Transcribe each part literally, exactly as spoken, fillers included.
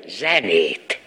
zenét.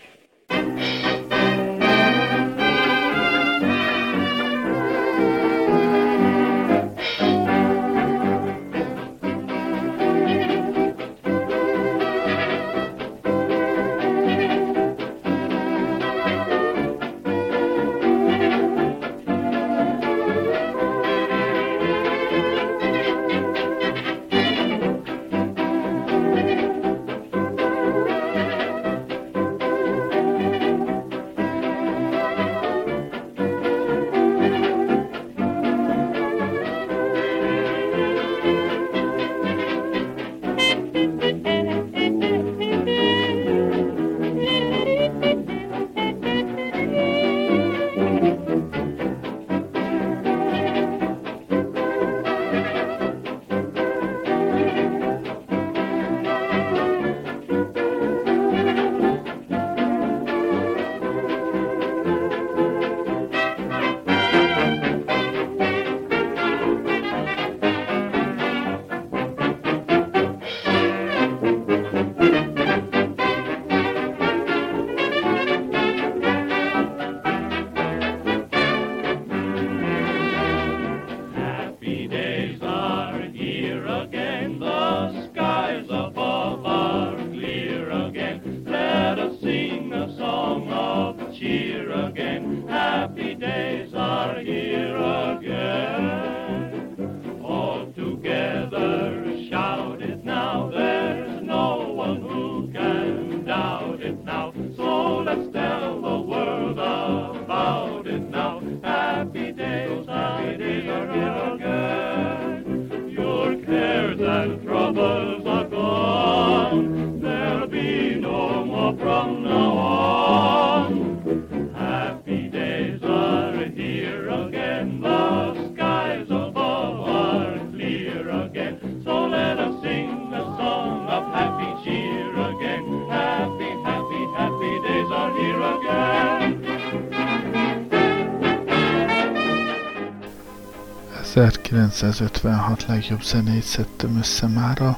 ezerkilencszázötvenhat legjobb zenét szedtem össze mára,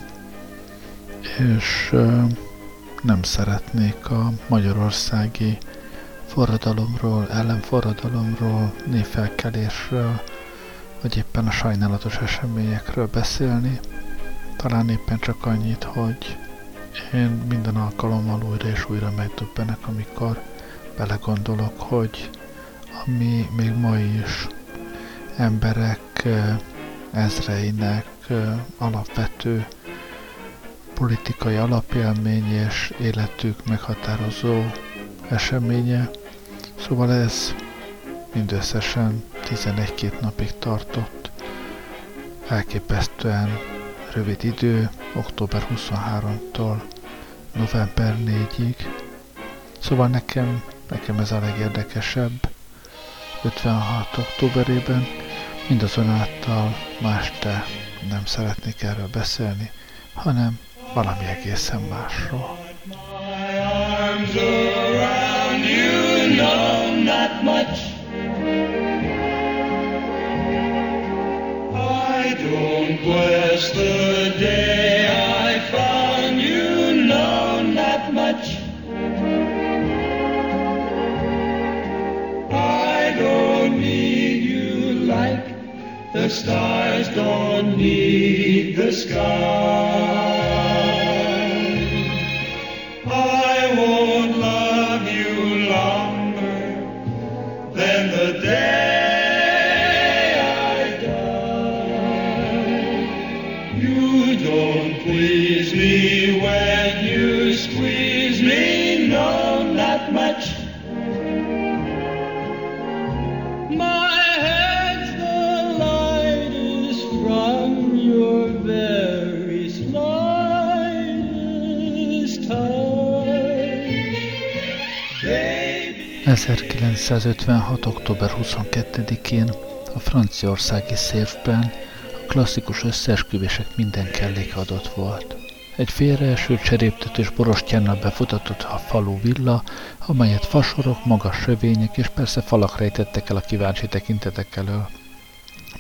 és uh, nem szeretnék a magyarországi forradalomról, ellenforradalomról, névfelkelésről, vagy éppen a sajnálatos eseményekről beszélni. Talán éppen csak annyit, hogy én minden alkalommal újra és újra megdöbbenek, amikor belegondolok, hogy ami még ma is emberek ezreinek alapvető politikai alapélmény és életük meghatározó eseménye. Szóval ez mindösszesen tizenegy-két napig tartott. Elképesztően rövid idő, október huszonharmadikától november negyedikéig. Szóval nekem, nekem ez a legérdekesebb ötvenhat októberében. Mindazonáltal ma este nem szeretnék erről beszélni, hanem valami egészen másról. The stars don't need the sky. I won't love you longer than the day I die. You don't please me when you squeeze me, no, not much. ezerkilencszázötvenhat. október huszonkettedikén a franciaországi Sèvresben a klasszikus összeesküvések minden kelléke adott volt. Egy félreeső cseréptetős borostyánnal befutatott a falu villa, amelyet fasorok, magas sövények és persze falak rejtettek el a kíváncsi tekintetek elől.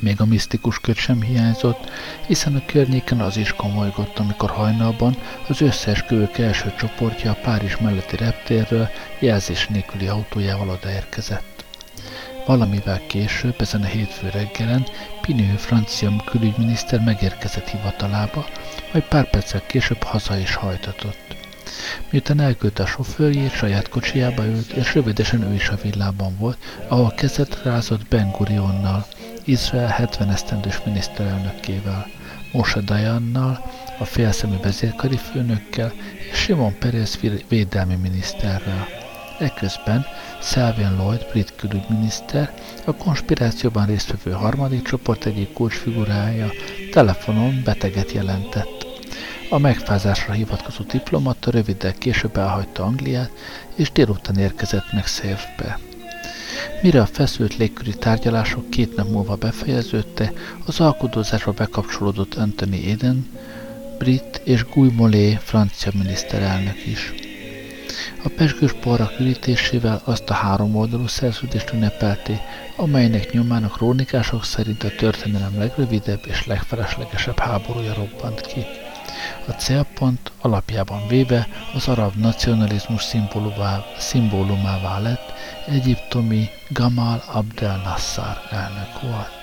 Még a misztikus köd sem hiányzott, hiszen a környéken az is komolygott, amikor hajnalban az összeesküvők első csoportja a Párizs melletti reptérről jelzés nélküli autójával odaérkezett. Valamivel később, ezen a hétfő reggelen Pinő francia külügyminiszter megérkezett hivatalába, majd pár perccel később haza is hajtatott. Miután elküldte a sofőrjét, saját kocsijába ült, és rövidesen ő is a villában volt, ahol kezet rázott Ben Gurionnal, Izrael hetven esztendős miniszterelnökével, Moshe Dayannal, a félszemű vezérkari főnökkel és Simon Peres védelmi miniszterrel. Eközben Selwyn Lloyd, brit külügyminiszter, a konspirációban résztvevő harmadik csoport egyik kulcsfigurája telefonon beteget jelentett. A megfázásra hivatkozó diplomata röviddel később elhagyta Angliát, és délután érkezett meg Széfbe. Mire a feszült légköri tárgyalások két nap múlva befejeződtek, az alkudozásba bekapcsolódott Anthony Eden, brit, és Guy Mollet, francia miniszterelnök is. A pezsgős porrak ürítésével azt a háromoldalú szerződést ünnepelték, amelynek nyomán a krónikások szerint a történelem legrövidebb és legfeleslegesebb háborúja robbant ki. A célpont alapjában véve az arab nacionalizmus szimbólumává lett egyiptomi Gamal Abdel Nasser elnök volt.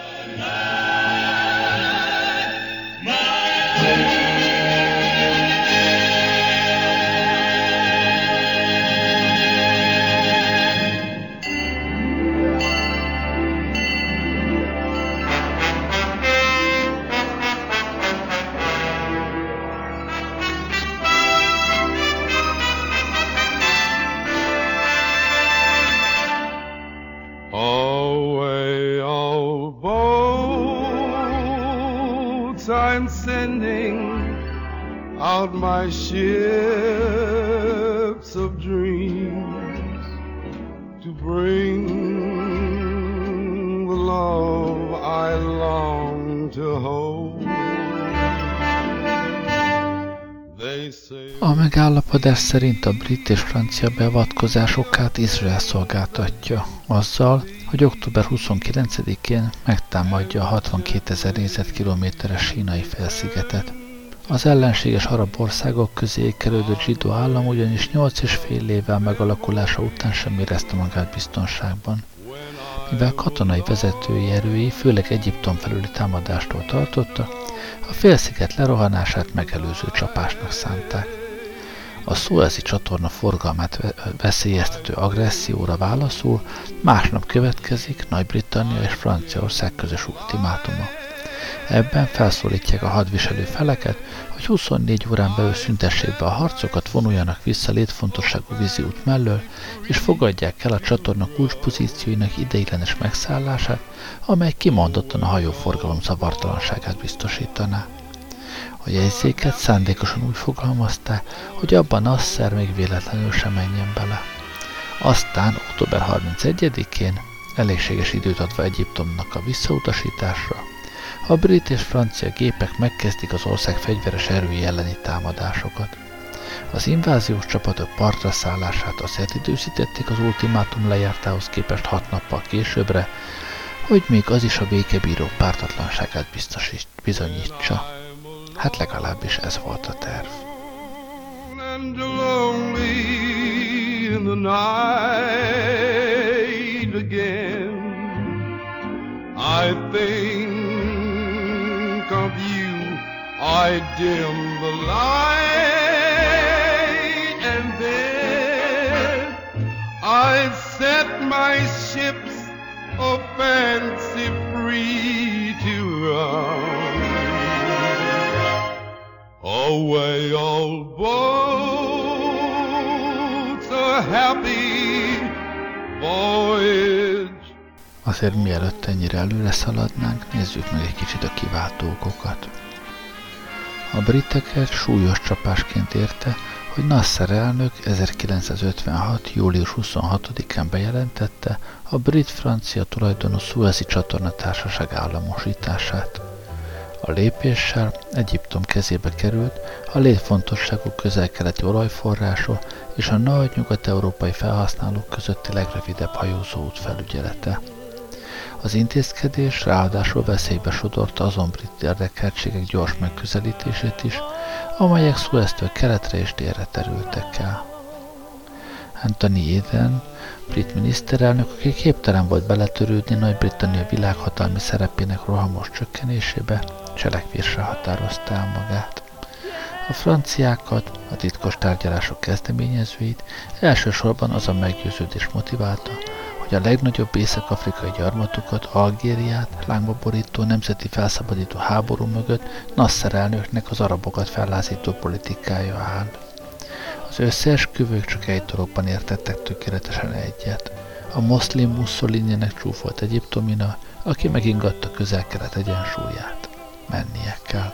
I'm sending out my ships of dreams to bring the love I long to hold. They say... A megállapodás szerint a brit és francia beavatkozás okát Izrael szolgáltatja, azzal, hogy október huszonkilencedikén megtámadja a hatvankétezer négyzetkilométeres sínai félszigetet. Az ellenséges arab országok közé ékelődött zsidó állam ugyanis nyolc és fél évvel megalakulása után sem érezte magát biztonságban. Mivel katonai vezetői erői főleg Egyiptom felüli támadástól tartottak, a félsziget lerohanását megelőző csapásnak szánták. A Szuezi csatorna forgalmát veszélyeztető agresszióra válaszul másnap következik Nagy-Britannia és Franciaország közös ultimátuma. Ebben felszólítják a hadviselő feleket, hogy huszonnégy órán belül szüntessék be a harcokat, vonuljanak vissza létfontosságú víziút mellől, és fogadják el a csatorna kulcspozícióinak ideiglenes megszállását, amely kimondottan a hajóforgalom zavartalanságát biztosítaná. A jegyzéket szándékosan úgy fogalmazták, hogy abban Nasser még véletlenül sem menjen bele. Aztán október harmincegyedikén, elégséges időt adva Egyiptomnak a visszautasításra, a brit és francia gépek megkezdik az ország fegyveres erői elleni támadásokat. Az inváziós csapatok partra szállását azért időzítették az ultimátum lejártához képest hat nappal későbbre, hogy még az is a békebíró pártatlanságát biztosít, bizonyítsa. Hát legalábbis ez volt a terv. And lonely in the night again, I think of you, I dim the light, and then I set my ships of fancy free to run. Away all boats, a happy voyage. Azért mielőtt ennyire előre szaladnánk, nézzük meg egy kicsit a kiváltó okokat. A briteket súlyos csapásként érte, hogy Nasser elnök ezerkilencszázötvenhat. július huszonhatodikán bejelentette a brit-francia tulajdonú Szuezi csatorna társaság államosítását. A lépéssel Egyiptom kezébe került a létfontosságú közel-keleti olajforrások és a nagy nyugat-európai felhasználók közötti legrövidebb hajózóút felügyelete. Az intézkedés ráadásul veszélybe sodorta azon brit érdekeltségek gyors megközelítését is, amelyek Sueztől keletre és délre terültek el. Anthony Eden, brit miniszterelnök, aki képtelen volt beletörődni Nagy-Britannia világhatalmi szerepének rohamos csökkenésébe, cselekvésre határozta el magát. A franciákat, a titkos tárgyalások kezdeményezőit elsősorban az a meggyőződés motiválta, hogy a legnagyobb észak-afrikai gyarmatukat, Algériát lángba borító nemzeti felszabadító háború mögött Nasser elnöknek az arabokat fellázító politikája áll. Az összeesküvők csak egy dologban értettek tökéletesen egyet. A moszlim Mussolininek csúfolt egyiptomina, aki megingatta Közel-Kelet egyensúlyát. Mennie kell.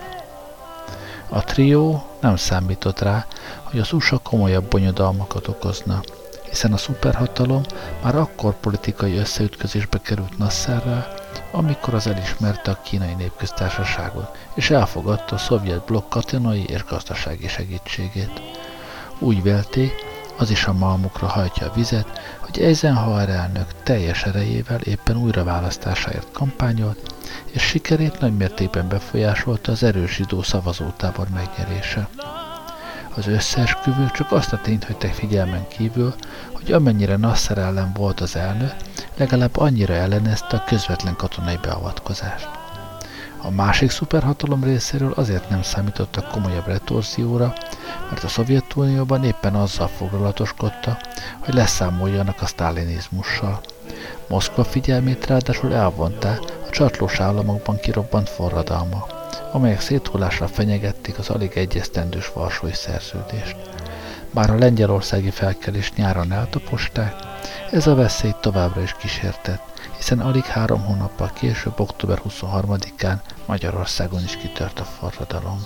A trió nem számított rá, hogy az u es á komolyabb bonyodalmakat okozna, hiszen a szuperhatalom már akkor politikai összeütközésbe került Nasserrel, amikor az elismerte a Kínai Népköztársaságot, és elfogadta a szovjet blokk katonai és gazdasági segítségét. Úgy vélték, az is a malmukra hajtja a vizet, hogy Eisenhower elnök teljes erejével éppen újraválasztásáért kampányolt, és sikerét nagymértékben befolyásolta az erős zsidó szavazótábor megnyerése. Az összeesküvők csak azt a tényt hagyták figyelmen kívül, hogy amennyire Nasser ellen volt az elnök, legalább annyira ellenezte a közvetlen katonai beavatkozást. A másik szuperhatalom részéről azért nem számítottak komolyabb retorzióra, mert a Szovjetunióban éppen azzal foglalatoskodta, hogy leszámoljanak a sztálinizmussal. Moszkva figyelmét ráadásul elvonták a csatlós államokban kirobbant forradalma, amelyek széthullásra fenyegették az alig egyesztendős Varsói Szerződést. Bár a lengyelországi felkelést nyáron eltaposták, ez a veszély továbbra is kísértett, hiszen alig három hónappal később, október huszonharmadikán Magyarországon is kitört a forradalom.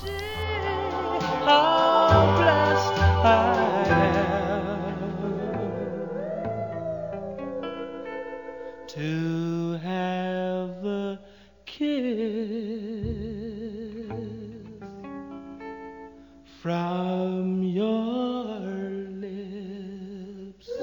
To have a kiss from your lips.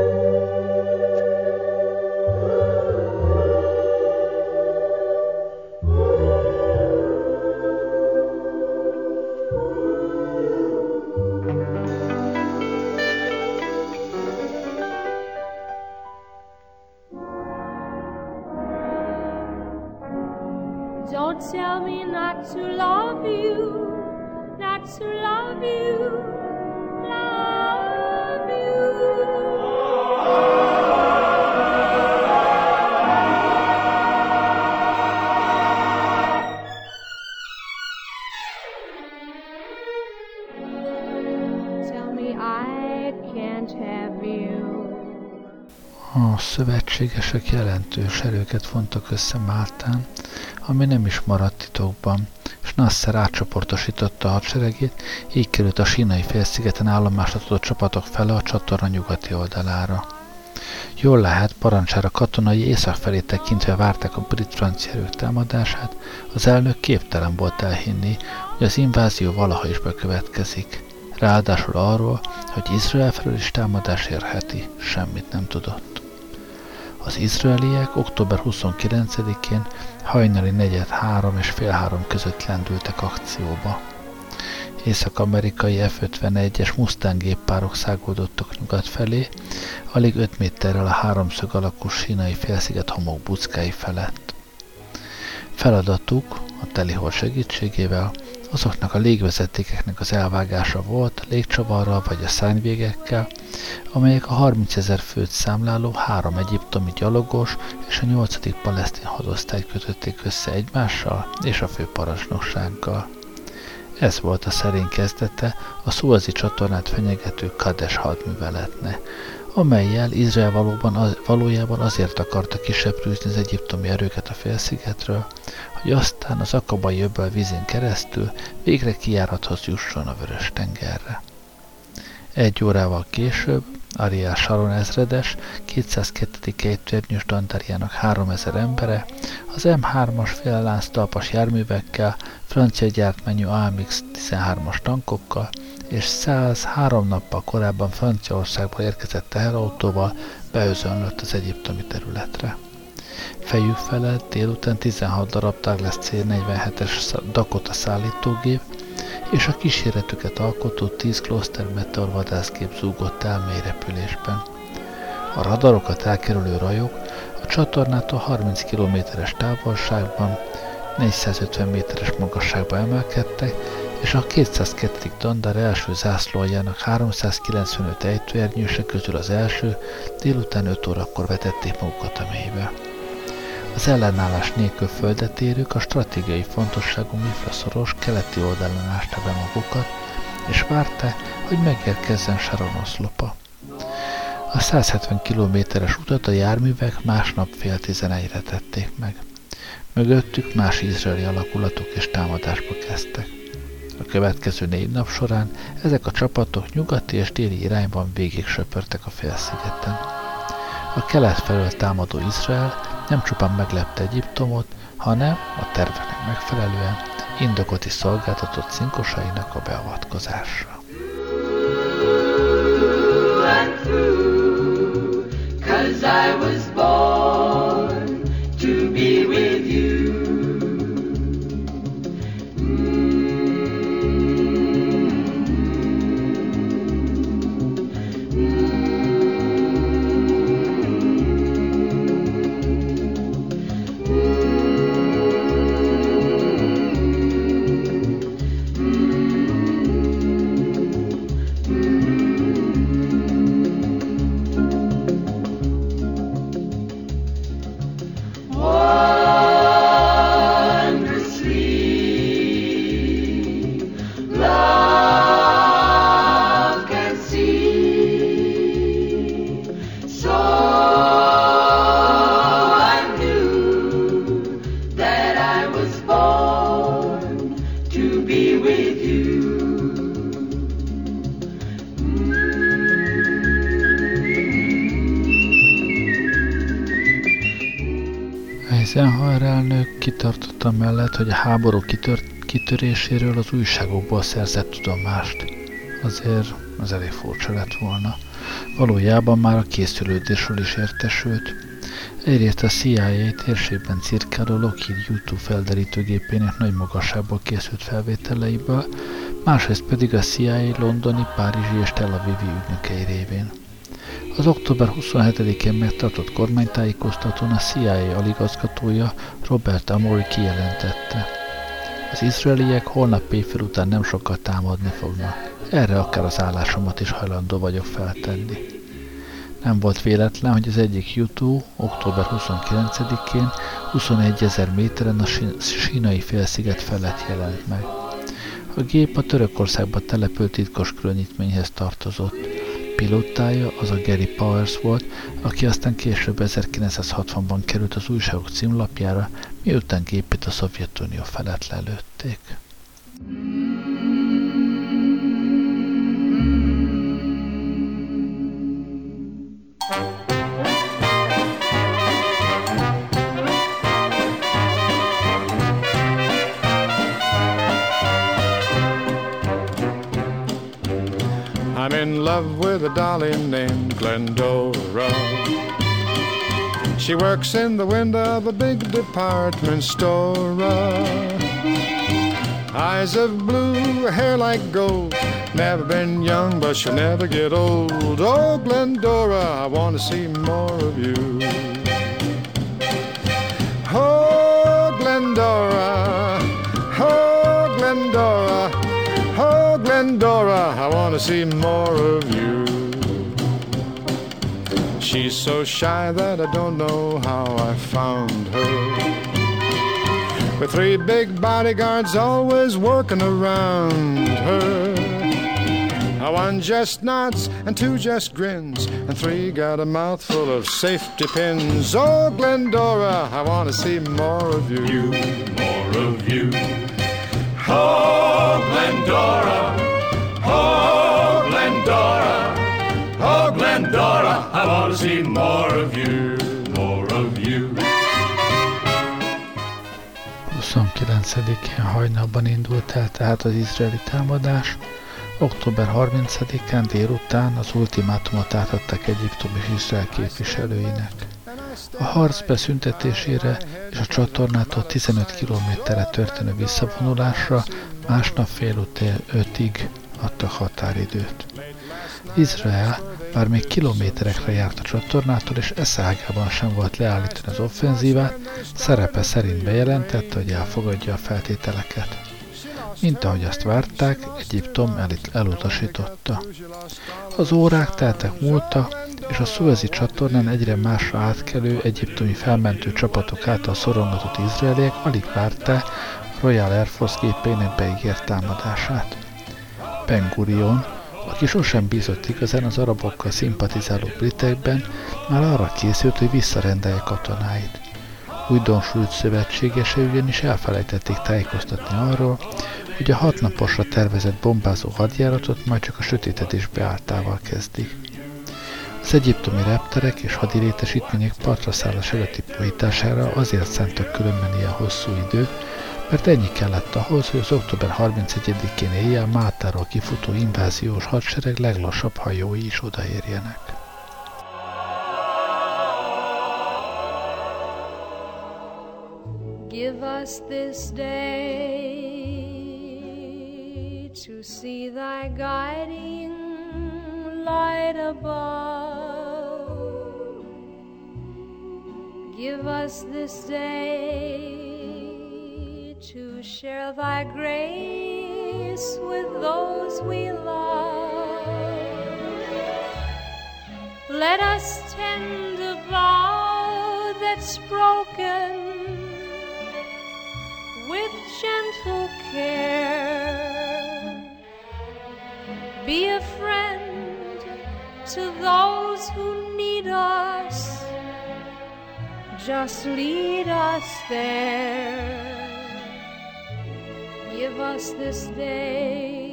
Don't tell me not to love you, not to love you, love you. Tell me I can't have you. A szövetségesek jelentős erőket vontak össze Máltán, ami nem is maradt titokban, és Nasser átcsoportosította a hadseregét, így került a Sínai félszigeten állomásra tudott csapatok fele a csatorna nyugati oldalára. Jól lehet, parancsára katonai észak felé tekintve várták a brit-francia erők támadását, az elnök képtelen volt elhinni, hogy az invázió valaha is bekövetkezik. Ráadásul arról, hogy Izrael felől is támadás érheti, semmit nem tudott. Az izraeliek október huszonkilencedikén hajnali negyed három és fél három között lendültek akcióba. Észak-amerikai F ötvenegyes Mustang géppárok száguldottak nyugat felé, alig öt méterrel a háromszög alakú Sínai félsziget homok buckái felett. Feladatuk a telihold segítségével azoknak a légvezetékeknek az elvágása volt légcsavarral vagy a szárnyvégekkel, amelyek a harmincezer főt számláló három egyiptomi gyalogos és a nyolcadik palesztin hadosztályt kötötték össze egymással és a főparancsnoksággal. Ez volt a szerény kezdete a Szuezi csatornát fenyegető Kades hadműveletnek, amellyel Izrael valóban az, valójában azért akarta kiseprűzni az egyiptomi erőket a félszigetről, hogy aztán az Akabai öböl vízén keresztül végre kijárathoz jusson a Vörös-tengerre. Egy órával később Ariel Sharon ezredes, kétszázkettő ejtőernyős dandárjának háromezer embere az M hármas féllánctalpas járművekkel, francia gyártmányú A M X tizenhármas tankokkal és százhárom nappal korábban Franciaországból érkezett teherautóval beözönlött az egyiptomi területre. Fejük felett délután tizenhat darab Douglas cé negyvenhetes Dakota szállítógép és a kíséretüket alkotó tíz Gloster Meteor vadászgép zúgott el mély repülésben. A radarokat elkerülő rajok a csatornától harminc kilométeres távolságban, négyszázötven méteres magasságba emelkedtek, és a kétszázkettő. Dandár első zászlóaljának háromszázkilencvenöt ejtőernyőse közül az első délután öt órakor vetették magukat a mélybe. Az ellenállás nélkül földet érők a stratégiai fontosságú Mifra-szoros keleti oldalán ásta be magukat, és várták, hogy megérkezzen Sharon oszlopa. A százhetven kilométeres utat a járművek másnap fél tizenegyre tették meg. Mögöttük más izraeli alakulatok és támadásba kezdtek. A következő négy nap során ezek a csapatok nyugati és déli irányban végig söpörtek a félszigeten. A kelet felől támadó Izrael nem csupán meglepte Egyiptomot, hanem a terveknek megfelelően indokot is szolgáltatott cinkosainak a beavatkozásra. Eisenhower elnök kitartott amellett, hogy a háború kitör, kitöréséről az újságokból szerzett tudomást. Azért az elég furcsa lett volna. Valójában már a készülődésről is értesült. Egyrészt a C I A térségben cirkáló Lockheed U kettő felderítőgépének nagy magasságból készült felvételeiből, másrészt pedig a C I A londoni, párizsi és Tel Avivi ügynökei révén. Az október huszonhetedikén megtartott kormánytájékoztatón a C I A aligazgatója Robert Amory kijelentette: az izraeliek holnap éjfél után nem sokkal támadni fognak. Erre akár az állásomat is hajlandó vagyok feltenni. Nem volt véletlen, hogy az egyik U kettő október huszonkilencedikén huszonegyezer méteren a sínai félsziget felett jelent meg. A gép a Törökországba települt titkos különítményhez tartozott. Pilótája az a Gary Powers volt, aki aztán később ezerkilencszázhatvanban került az újságok címlapjára, miután gépét a Szovjetunió felett lelőtték. I'm in love with a dolly named Glendora. She works in the window of a big department store. Eyes of blue, hair like gold. Never been young, but she'll never get old. Oh, Glendora, I want to see more of you. Oh, Glendora, oh, Glendora, oh, Glendora, I want to see more of you. She's so shy that I don't know how I found her. With three big bodyguards always working around her. One just nods and two just grins, and three got a mouthful of safety pins. Oh, Glendora, I want to see more of you. You, more of you. Oh, Glendora, oh, Glendora, oh, Glendora, I want to see more of you, more of you. huszonkilencedikén hajnalban indult el tehát az izraeli támadás. október harmincadikán délután az ultimátumot átadták Egyiptom és Izrael képviselőinek. A harc beszüntetésére és a csatornától tizenöt kilométerre történő visszavonulásra másnap fél ötig adtak határidőt. Izrael bár még kilométerekre járt a csatornától, és eszágában sem volt leállítani az offenzívát, szerepe szerint bejelentette, hogy elfogadja a feltételeket. Mint ahogy azt várták, Egyiptom el- elutasította. Az órák teltek múltak, és a Szuezi csatornán egyre másra átkelő egyiptomi felmentő csapatok által szorongatott izraeliek alig várták a Royal Air Force gépeinek beígért támadását. Ben Gurion, aki sosem bízott igazán az arabokkal szimpatizáló britekben, már arra készült, hogy visszarendelje katonáit. Újdonsült szövetségesei ugyanis elfelejtették tájékoztatni arról, hogy a hatnaposra tervezett bombázó hadjáratot majd csak a sötétedés beálltával kezdik. Az egyiptomi repterek és hadirétesítmények partraszállás előtti puhítására azért szántak különben ilyen hosszú időt, mert ennyi kellett ahhoz, hogy az október harmincegyedikén éjjel Máltáról kifutó inváziós hadsereg leglassabb hajói is odaérjenek. Give us this day to see thy guiding light above. Give us this day to share thy grace with those we love. Let us tend a vow that's broken with gentle care. Be a friend to those who need us. Just lead us there. Give us this day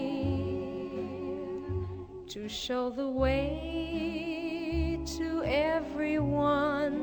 to show the way to everyone.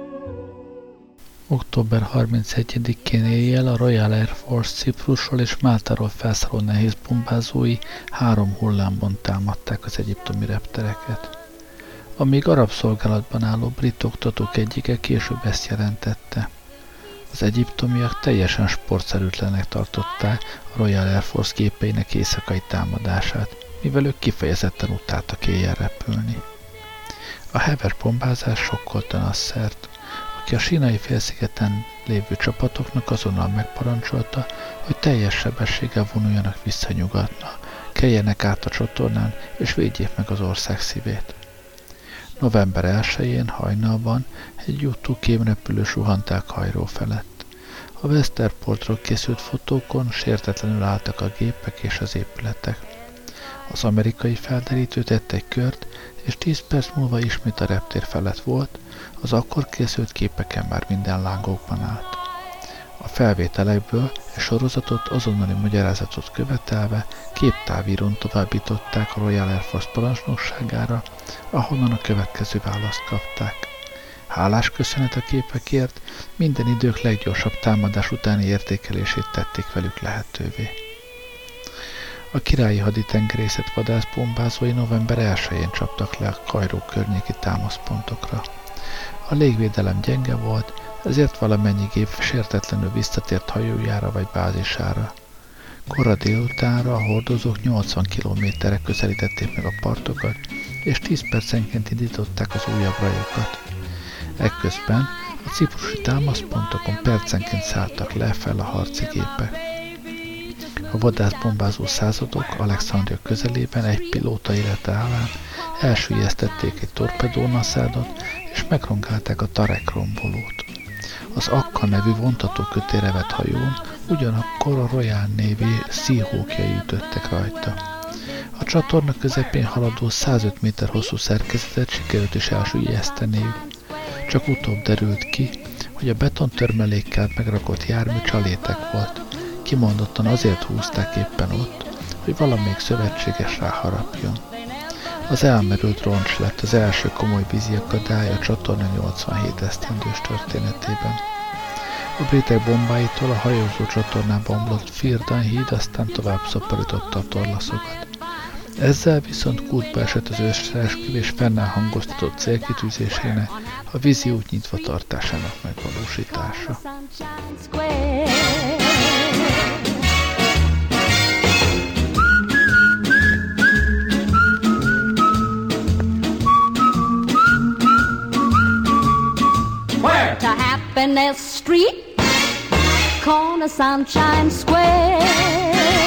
október harmincegyedikén éjjel a Royal Air Force Ciprusról és Máltáról felszálló nehéz bombázói három hullámban támadták az egyiptomi reptereket. A még arab szolgálatban álló brit oktatók egyike később ezt jelentette. Az egyiptomiak teljesen sportszerűtlenek tartották a Royal Air Force gépeinek éjszakai támadását, mivel ők kifejezetten utáltak éjjel repülni. A heves bombázás sokkolta Nassert, aki a Sínai félszigeten lévő csapatoknak azonnal megparancsolta, hogy teljes sebességgel vonuljanak vissza nyugatra, keljenek át a csatornán és védjék meg az ország szívét. november elsején hajnalban egy jutó kémrepülő suhant el Kairó felett. A Westerportról készült fotókon sértetlenül álltak a gépek és az épületek. Az amerikai felderítő tett egy kört, és tíz perc múlva ismét a reptér felett volt, az akkor készült képeken már minden lángokban állt. A felvételekből egy sorozatot azonnali magyarázatot követelve képtávírón továbbították a Royal Air Force parancsnokságára, ahonnan a következő választ kapták. Hálás köszönet a képekért, minden idők leggyorsabb támadás utáni értékelését tették velük lehetővé. A királyi haditengerészet vadászbombázói november elsején csaptak le a Kairó környéki támaszpontokra. A légvédelem gyenge volt, ezért valamennyi gép sértetlenül visszatért hajójára vagy bázisára. Kora délutánra a hordozók nyolcvan kilométerre közelítették meg a partokat, és tíz percenként indították az újabb rajokat. Ekközben a ciprusi támaszpontokon percenként szálltak le fel a harci gépek. A vadászbombázó századok Alexandria közelében egy pilóta élete állán elsüllyesztették egy torpedónaszádot, és megrongálták a Tarek rombolót. Az Akka nevű vontatókötélre vett hajón ugyanakkor a Royal Navy Seahawkjai ütöttek rajta. A csatorna közepén haladó százöt méter hosszú szerkezetet sikerült is elsüllyeszteniük. Csak utóbb derült ki, hogy a betontörmelékkel megrakott jármű csalétek volt. Kimondottan azért húzták éppen ott, hogy valamelyik szövetséges ráharapjon. Az elmerült roncs lett az első komoly víziakadály a csatorna nyolcvanhét esztendős történetében. A britek bombáitól a hajózó csatornába omlott Firdan híd aztán tovább szaporította a torlaszokat. Ezzel viszont kútba esett az összeesküvés fennáll hangoztatott célkitűzésének, a víziót nyitva tartásának megvalósítása. Where? To Happiness Street, corner Sunshine Square.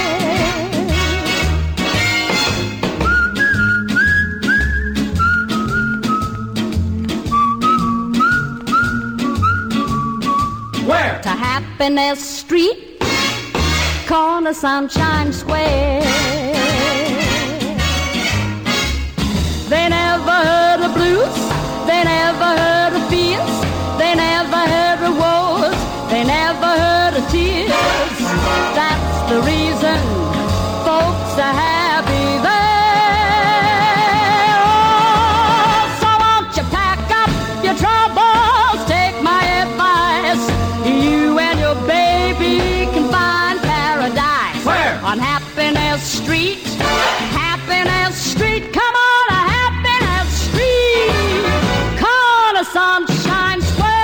Where? To Happiness Street, corner Sunshine Square. They never heard the blues, they never heard the fears, they never heard the woes, they never heard the tears. That's the reason folks are happy there. Oh, so won't you pack up your troubles, take my advice. You and your baby can find paradise. Where? On Happiness Street, Happiness Street, come on, a Happiness Street, corner Sunshine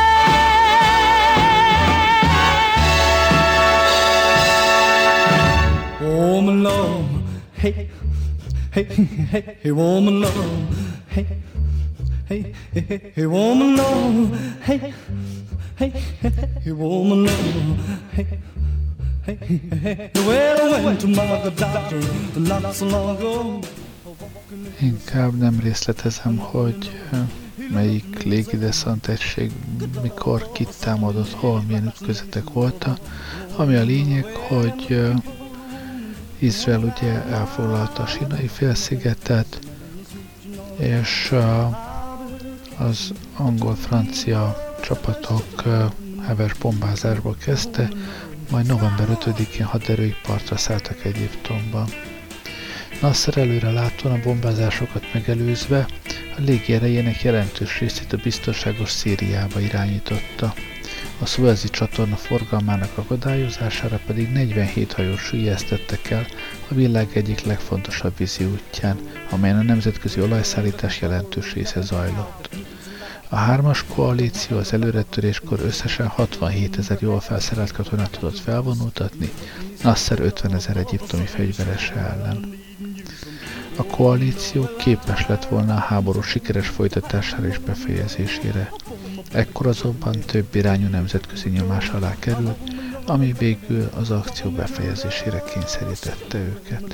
Square. Woman love, hey, hey, hey, hey, woman love, hey, hey, hey, hey, woman love, hey, hey, hey, hey, woman love, hey, hey, hey, well, I went to my doctor not so long ago. Inkább nem részletezem, hogy melyik légideszant egység mikor kit támadott, hol milyen ütközetek voltak, ami a lényeg, hogy Izrael ugye elfoglalta a Sínai félszigetet, és az angol-francia csapatok heves bombázásba kezdte, majd november ötödikén haderőik partra szálltak Egyiptomba. Nasser előre látóan a bombázásokat megelőzve a légierejének jelentős részét a biztonságos Szíriába irányította. A Szuezi csatorna forgalmának akadályozására pedig negyvenhét hajót süllyesztettek el a világ egyik legfontosabb vízi útján, amelyen a nemzetközi olajszállítás jelentős része zajlott. A hármas koalíció az előretöréskor összesen hatvanhétezer jól felszerelt katonát tudott felvonultatni, Nasser ötvenezer egyiptomi fegyverese ellen. A koalíció képes lett volna a háború sikeres folytatására és befejezésére. Ekkor azonban több irányú nemzetközi nyomás alá került, ami végül az akció befejezésére kényszerítette őket.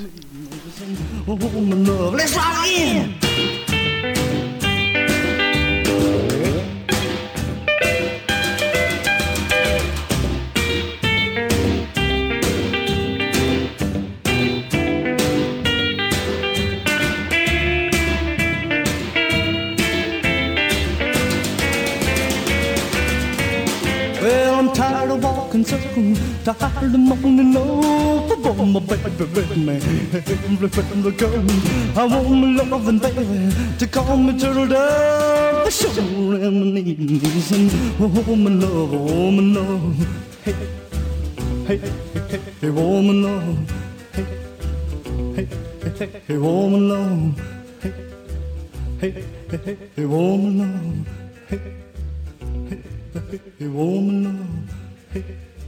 Tired of morning low, for my baby with me, every friend to go. I want my loving baby to call me turtle dove, for sure in my knees. And oh my love, oh my love, hey, hey, hey, hey, oh my love, hey, hey, hey, hey, oh my love, hey, hey, hey, hey, oh my love, hey, hey, hey, hey, oh my love, hey.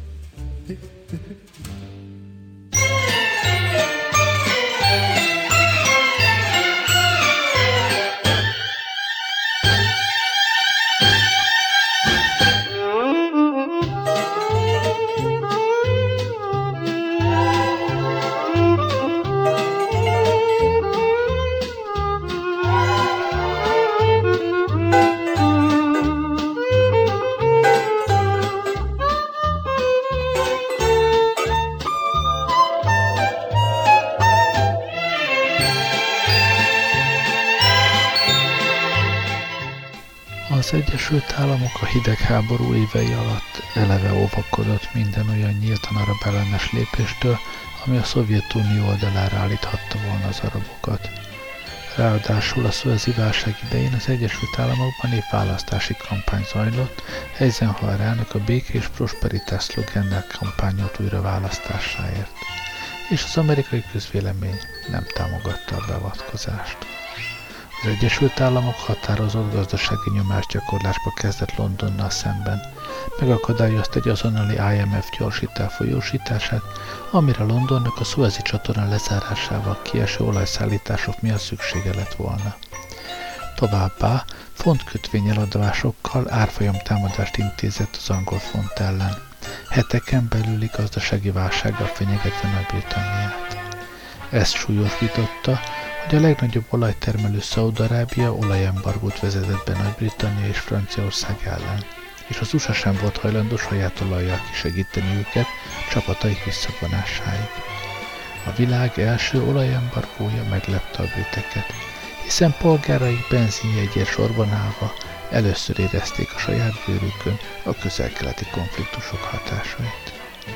Az Egyesült Államok a hidegháború évei alatt eleve óvakodott minden olyan nyíltan arab ellenes lépéstől, ami a Szovjetunió oldalára állíthatta volna az arabokat. Ráadásul a szuezi válság idején az Egyesült Államokban épp választási kampány zajlott, Eisenhower elnök a béke és prosperitás szlogennel kampányolt újra választásáért. és az amerikai közvélemény nem támogatta a beavatkozást. Az Egyesült Államok határozott gazdasági nyomásgyakorlásba kezdett Londonnal szemben, megakadályozta egy azonnali I M F gyorsítás folyósítását, amire Londonnak a Szuezi csatorna lezárásával kieső olajszállítások miatt szüksége lett volna. Továbbá fontkötvény eladvásokkal árfolyam támadást intézett az angol font ellen, heteken belüli gazdasági válsággal fenyegetve Nagy-Britanniát. Ezt súlyosbította, hogy a legnagyobb olajtermelő Szaúd-Arábia olajembargót vezetett be Nagy-Britannia és Franciaország ellen, és az U S A sem volt hajlandó saját olajjal kisegíteni őket csapataik visszavonásáig. A világ első olajembargója meglepte a briteket, hiszen polgáraik benzinjegyért sorban állva először érezték a saját bőrükön a közel-keleti konfliktusok hatásait.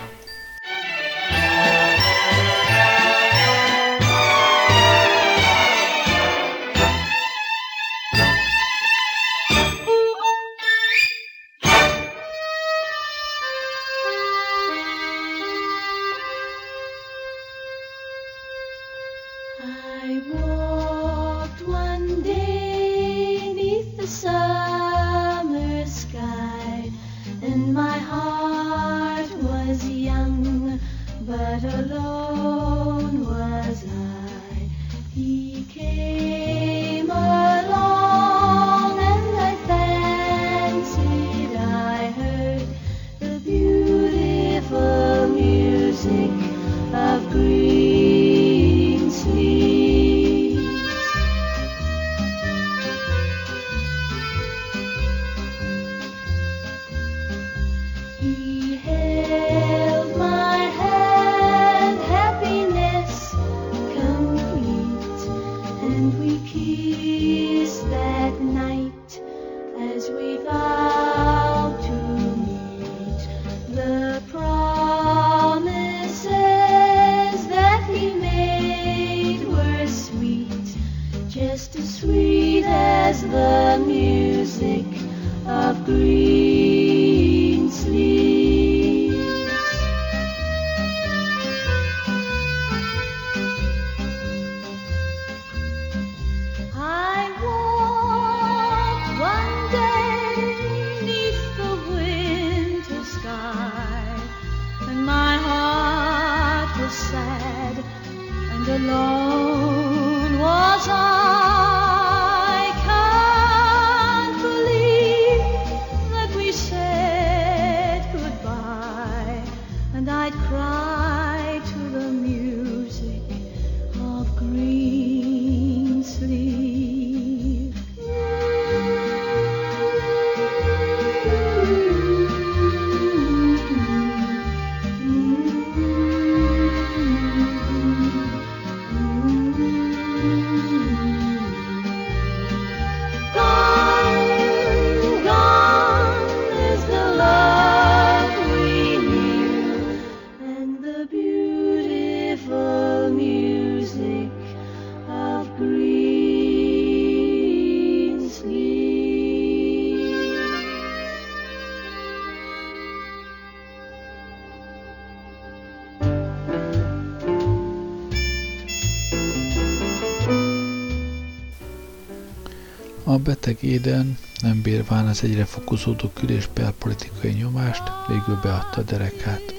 A beteg Éden, nem bírván az egyre fokozódó kül- és belpolitikai nyomást, végül beadta a derekát.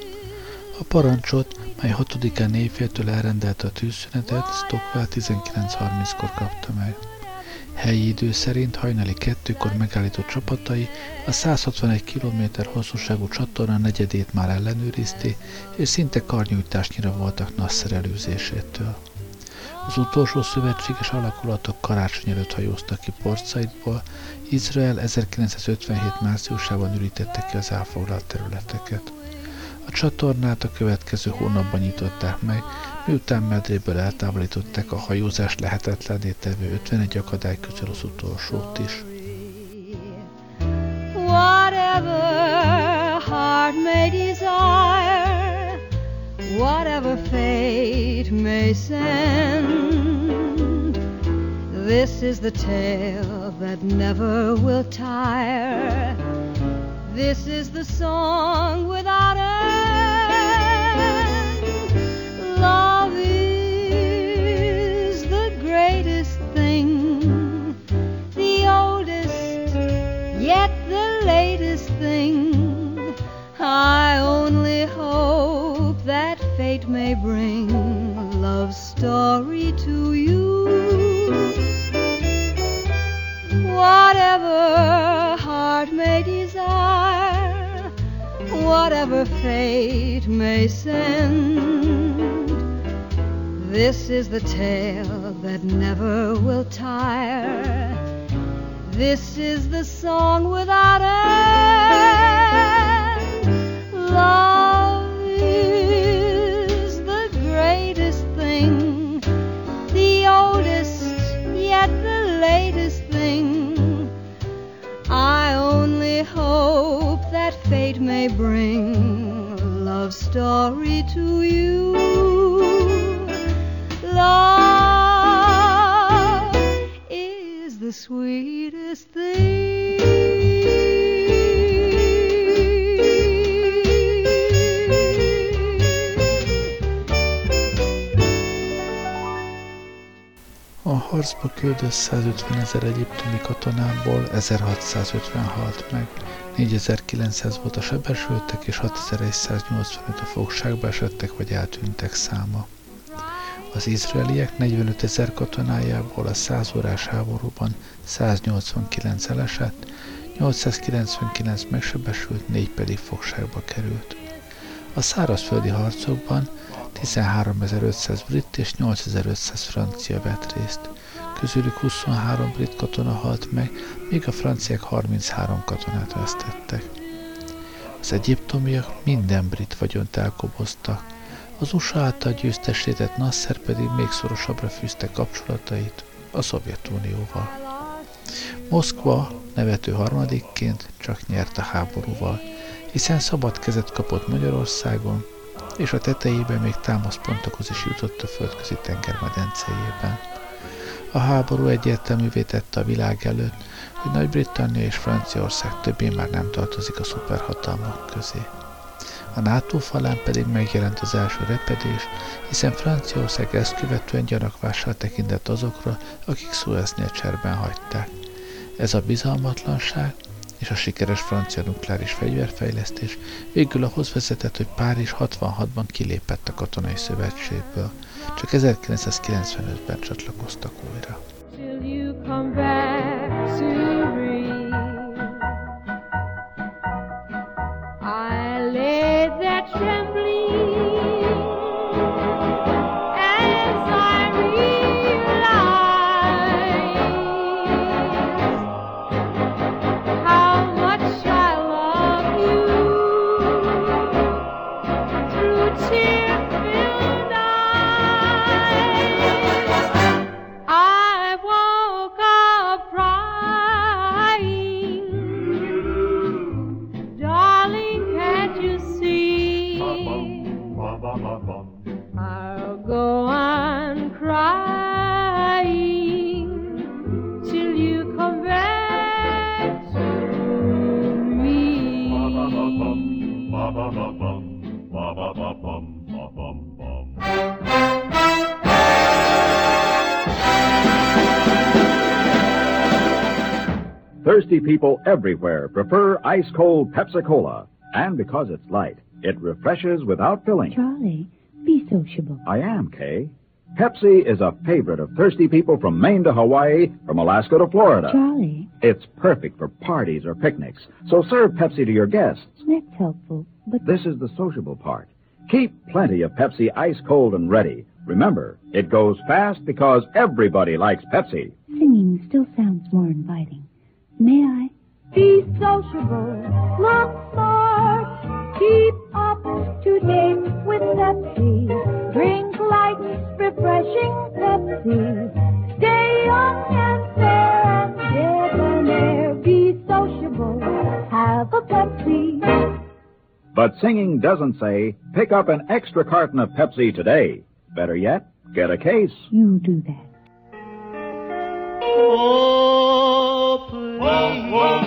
A parancsot, mely hatodikán éjféltől elrendelte a tűzszünetet, Stockwell tizenkilenc harminckor kapta meg. Helyi idő szerint hajnali kettőkor megállított csapatai a száz hatvanegy kilométer hosszúságú csatorna negyedét már ellenőrizték, és szinte karnyújtásnyira voltak Nasser előzésétől. Az utolsó szövetséges alakulatok karácsony előtt hajóztak ki Port Saidból, Izrael ezerkilencszázötvenhét márciusában ürítette ki az elfoglalt területeket. A csatornát a következő hónapban nyitották meg, miután medréből eltávolították a hajózást lehetetlenné tevő ötvenegy akadály közül az utolsót is. Whatever heart may desire, whatever fate may send, this is the tale that never will tire. This is the song without end. Love whatever fate may send. This is the tale that never will tire. This is the song without end. Love is the greatest thing, the oldest yet the latest thing. I only hope that fate may bring a love story to you. Love is the sweetest thing. A harcba küldött százötvenezer egyiptomi katonából ezerhatszázötven halt meg, négyezer-kilencszáz volt a sebesültek és hatezer-száznyolcvanöt a fogságba esettek vagy eltűntek száma. Az izraeliek negyvenötezer katonájából a száz órás háborúban száznyolcvankilenc elesett, nyolcszázkilencvenkilenc megsebesült, négy pedig fogságba került. A szárazföldi harcokban tizenháromezer-ötszáz brit és nyolcezer-ötszáz francia vett részt, közülük huszonhárom brit katona halt meg, míg a franciák harminchárom katonát vesztettek. Az egyiptomiak minden brit vagyont elkoboztak, az u es á által győztesített Nasser pedig még szorosabbra fűzte kapcsolatait a Szovjetunióval. Moszkva nevető harmadikként csak nyert a háborúval, hiszen szabad kezet kapott Magyarországon, és a tetejében még támaszpontokhoz is jutott a földközi tenger medencéjében. A háború egyértelművé tette a világ előtt, hogy Nagy-Britannia és Franciaország többé már nem tartozik a szuperhatalmak közé. A NATO falán pedig megjelent az első repedés, hiszen Franciaország ezt követően gyanakvással tekintett azokra, akik Sueznél cserben hagyták. Ez a bizalmatlanság és a sikeres francia nukleáris fegyverfejlesztés végül ahhoz vezetett, hogy Párizs hatvanhatban kilépett a katonai szövetségből, csak ezerkilencszázkilencvenötben csatlakoztak újra. Till you come back to me, I lay there trembling as I realize how much I love you. Through tear-filled eyes, I woke up crying. Darling, can't you see? I'll go on crying till you come back to me. Thirsty people everywhere prefer ice-cold Pepsi-Cola. And because it's light, it refreshes without filling. Charlie, be sociable. I am, Kay. Pepsi is a favorite of thirsty people from Maine to Hawaii, from Alaska to Florida. Charlie. It's perfect for parties or picnics, so serve Pepsi to your guests. That's helpful, but... This is the sociable part. Keep plenty of Pepsi ice-cold and ready. Remember, it goes fast because everybody likes Pepsi. Singing still sounds more inviting. May I? Be sociable, look smart, keep up to date with Pepsi. Drink light, refreshing Pepsi. Stay young and fair and debonair. Be sociable, have a Pepsi. But singing doesn't say, pick up an extra carton of Pepsi today. Better yet, get a case. You do that. Oh, please,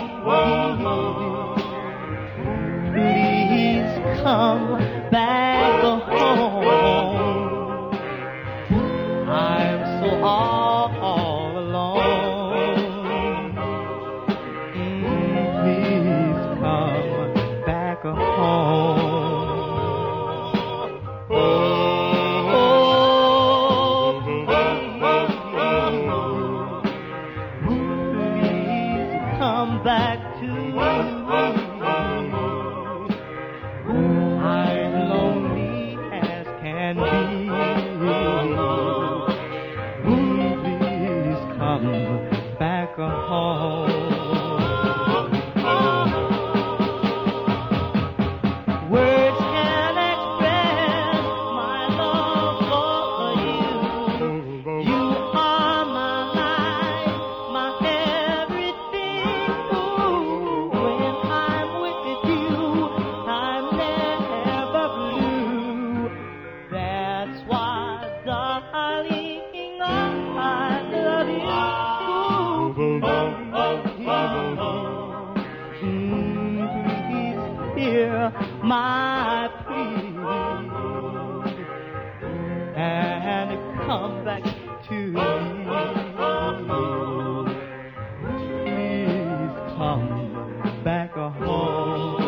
please come back home. I'm so all alone. Please come back home. Back to back home. Words can't express my love for you. You are my life, my everything. Ooh, when I'm with you, I'm never blue. That's why, darling, I love you. Ooh, oh, oh, oh. Please hear my plea and come back to me. Please come back home.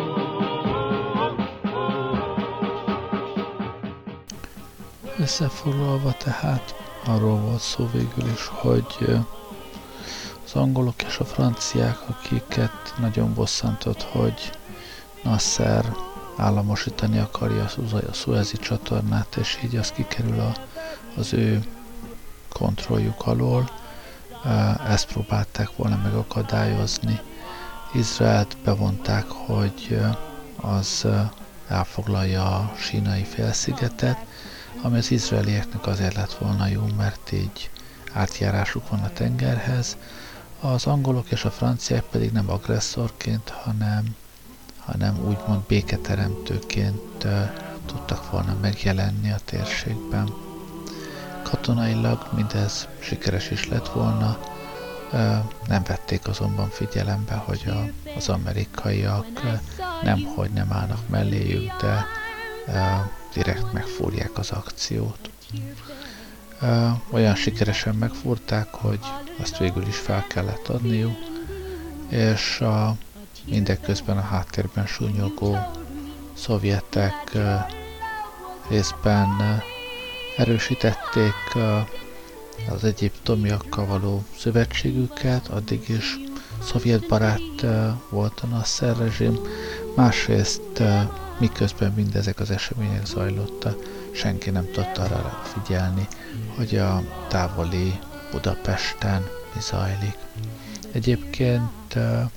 Összefoglalva tehát arról volt szó végül is, hogy az angolok és a franciák, akiket nagyon bosszantott, hogy Nasser államosítani akarja a Szuezi csatornát, és így az kikerül a, az ő kontrolljuk alól, ezt próbálták volna megakadályozni. Izraelt bevonták, hogy az elfoglalja a sínai félszigetet, ami az izraelieknek azért lett volna jó, mert így átjárásuk van a tengerhez. Az angolok és a franciák pedig nem agresszorként, hanem, hanem úgymond béketeremtőként uh, tudtak volna megjelenni a térségben. Katonailag mindez sikeres is lett volna, uh, nem vették azonban figyelembe, hogy a, az amerikaiak uh, nemhogy nem állnak melléjük, de uh, direkt megfúrják az akciót. Uh, olyan sikeresen megfúrták, hogy azt végül is fel kellett adniuk, és a, mindeközben a háttérben súnyogó szovjetek uh, részben uh, erősítették uh, az egyiptomiakkal való szövetségüket, addig is szovjetbarát uh, volt a Nasser rezsim, másrészt uh, miközben mindezek az események zajlottak, senki nem tudta arra figyelni, hogy a távoli Budapesten mi zajlik. Egyébként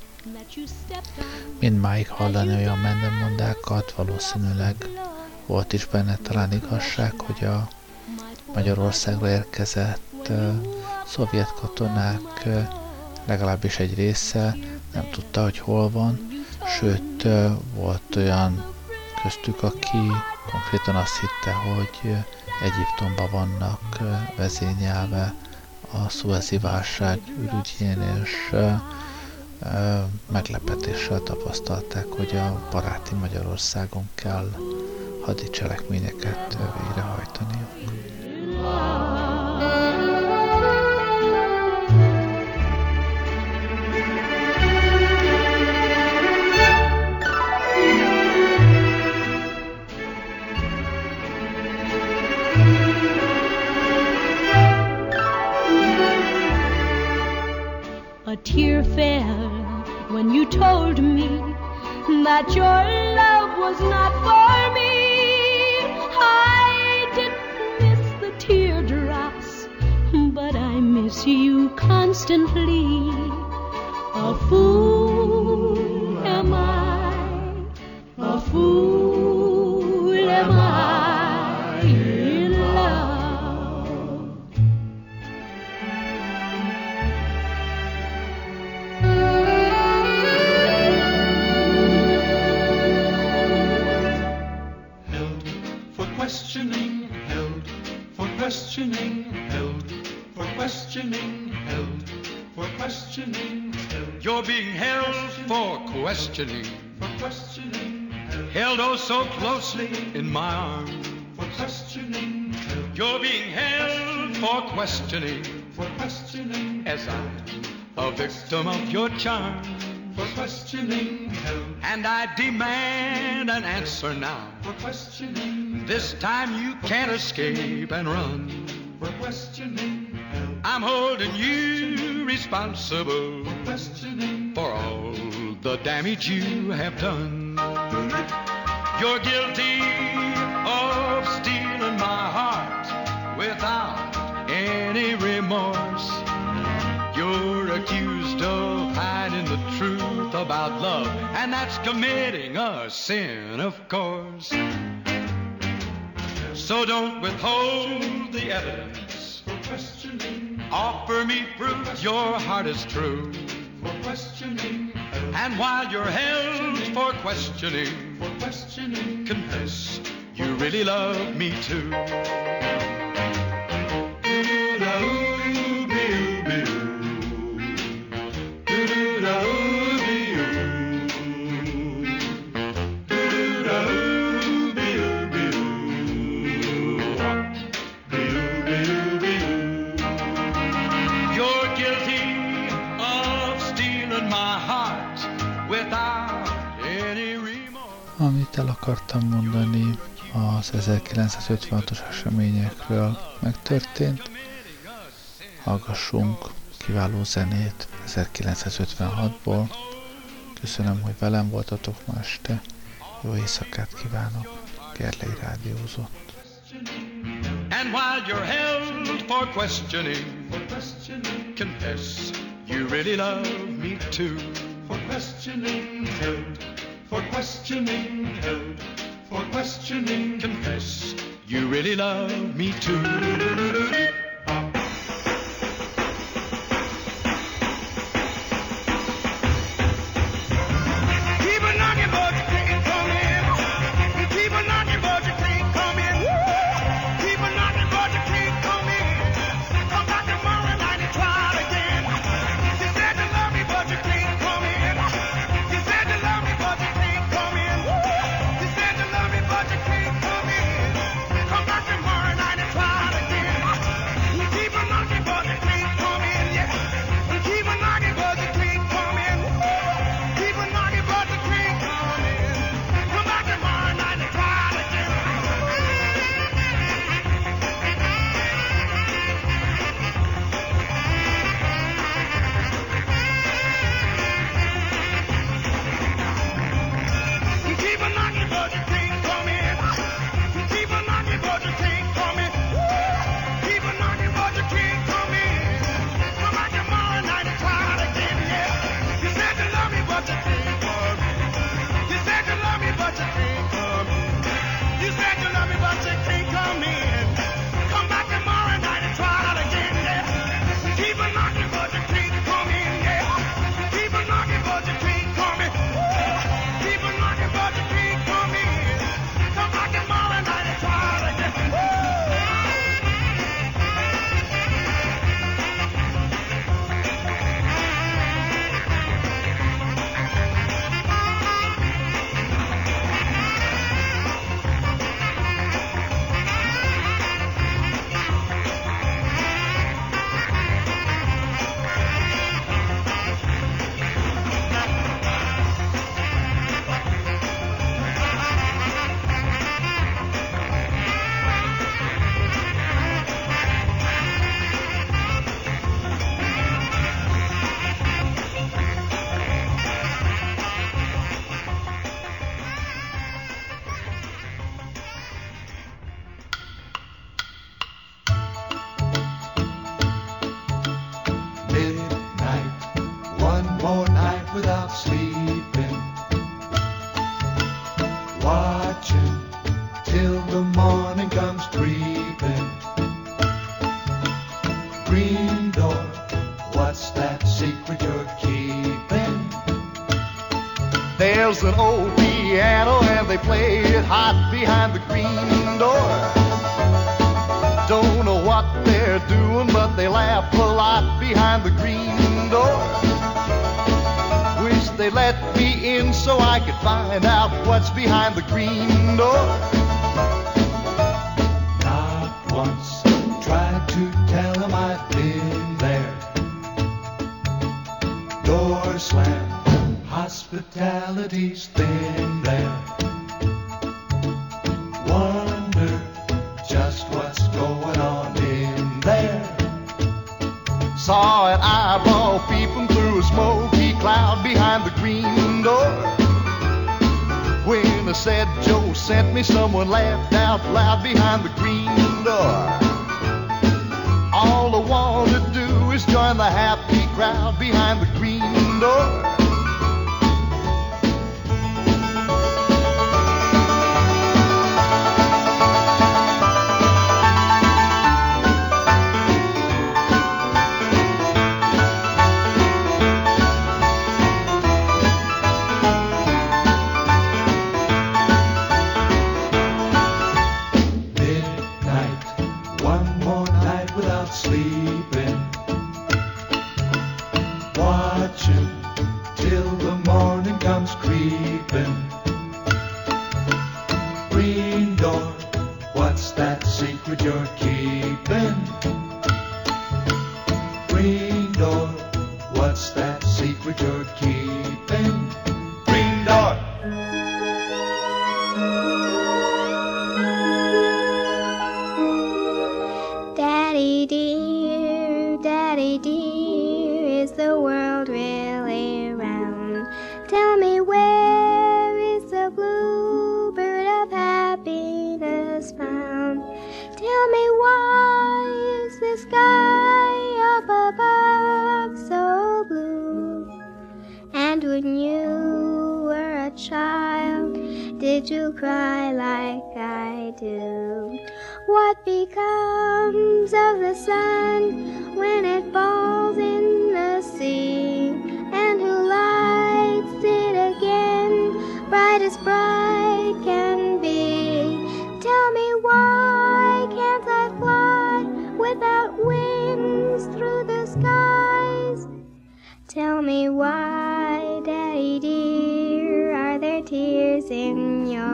mindmáig hallani olyan mendemondákat, valószínűleg volt is benne talán igazság, hogy a Magyarországra érkezett szovjet katonák legalábbis egy része nem tudta, hogy hol van, sőt volt olyan köztük, aki konkrétan azt hitte, hogy Egyiptomban vannak vezényelve a szuezi válság ürügyén, és meglepetéssel tapasztalták, hogy a baráti Magyarországon kell hadicselekményeket végrehajtaniuk. A tear fell when you told me that your love was not for me. I didn't miss the teardrops, but I miss you constantly. A fool am I, a fool am I in love. Held for questioning, held for questioning, held for questioning, held for questioning, held. You're being held for questioning, For questioning, held held oh so closely in my arms. for questioning, held You're being held for questioning, for questioning, as I'm a victim of your charm. for questioning, held And I demand an answer now. for questioning, This time you can't escape and run. for questioning, held I'm holding you responsible for questioning, for all the damage you have done. You're guilty of stealing my heart without any remorse. You're accused of hiding the truth about love, and that's committing a sin, of course. So don't withhold the evidence. For questioning. Offer me proof your heart is true. For questioning. And while you're held for questioning, for questioning, confess you really love me too. Amit el akartam mondani az ezerkilencszázötvenhatos eseményekről megtörtént. Hallgassunk kiváló zenét ezerkilencszázötvenhatból. Köszönöm, hogy velem voltatok ma este. Jó éjszakát kívánok. Gerlei rádiózott. And while you're held for questioning, for questioning, confess you really love me too. For questioning, held. For questioning, held. For questioning, confess you really love me too. There's an old piano and they play it hot behind the green door. Don't know what they're doing, but they laugh a lot behind the green door. Wish they let me in so I could find out what's behind the green door. Not once tried to tell them I've been there. Door slammed, hospitality's thin there. Wonder just what's going on in there. Saw an eyeball peeping through a smoky cloud behind the green door. When I said Joe sent me, someone laughed out loud behind the green door. All I want to do is join the happy crowd crowd behind the green door. Tell me why, Daddy dear, are there tears in your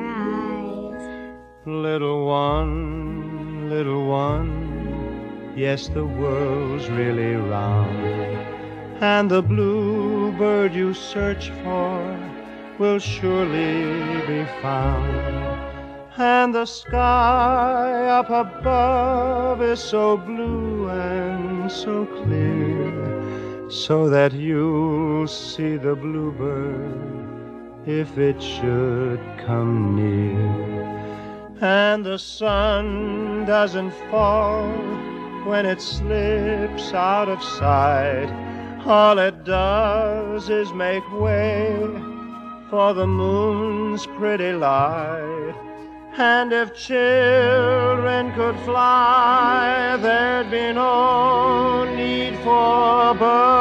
eyes? Little one, little one, yes, the world's really round, and the bluebird you search for will surely be found. And the sky up above is so blue and so clear, so that you'll see the bluebird if it should come near. And the sun doesn't fall when it slips out of sight. All it does is make way for the moon's pretty light. And if children could fly, there'd be no need for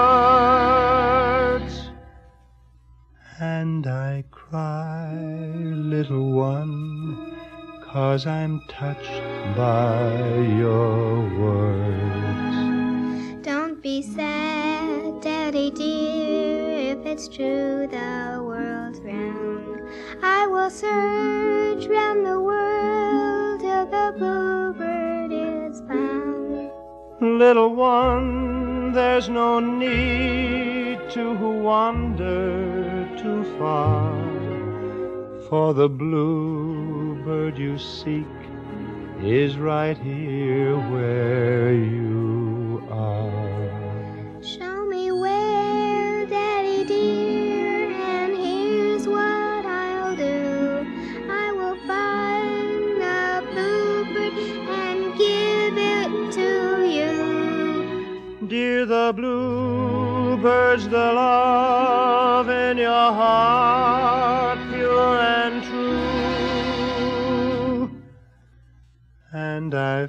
birds. And I cry, little one, 'cause I'm touched by your words. Don't be sad, Daddy dear, if it's true the world's round. I will search round the world till the bluebird is found. Little one, there's no need to wander too far, for the bluebird you seek is right here where you are. Show me where, Daddy dear, and here's what I'll do. I will find the bluebird and give it to you. Dear, the bluebird's the love in your heart, pure and true. And I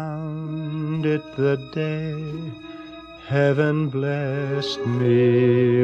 found it the day heaven blessed me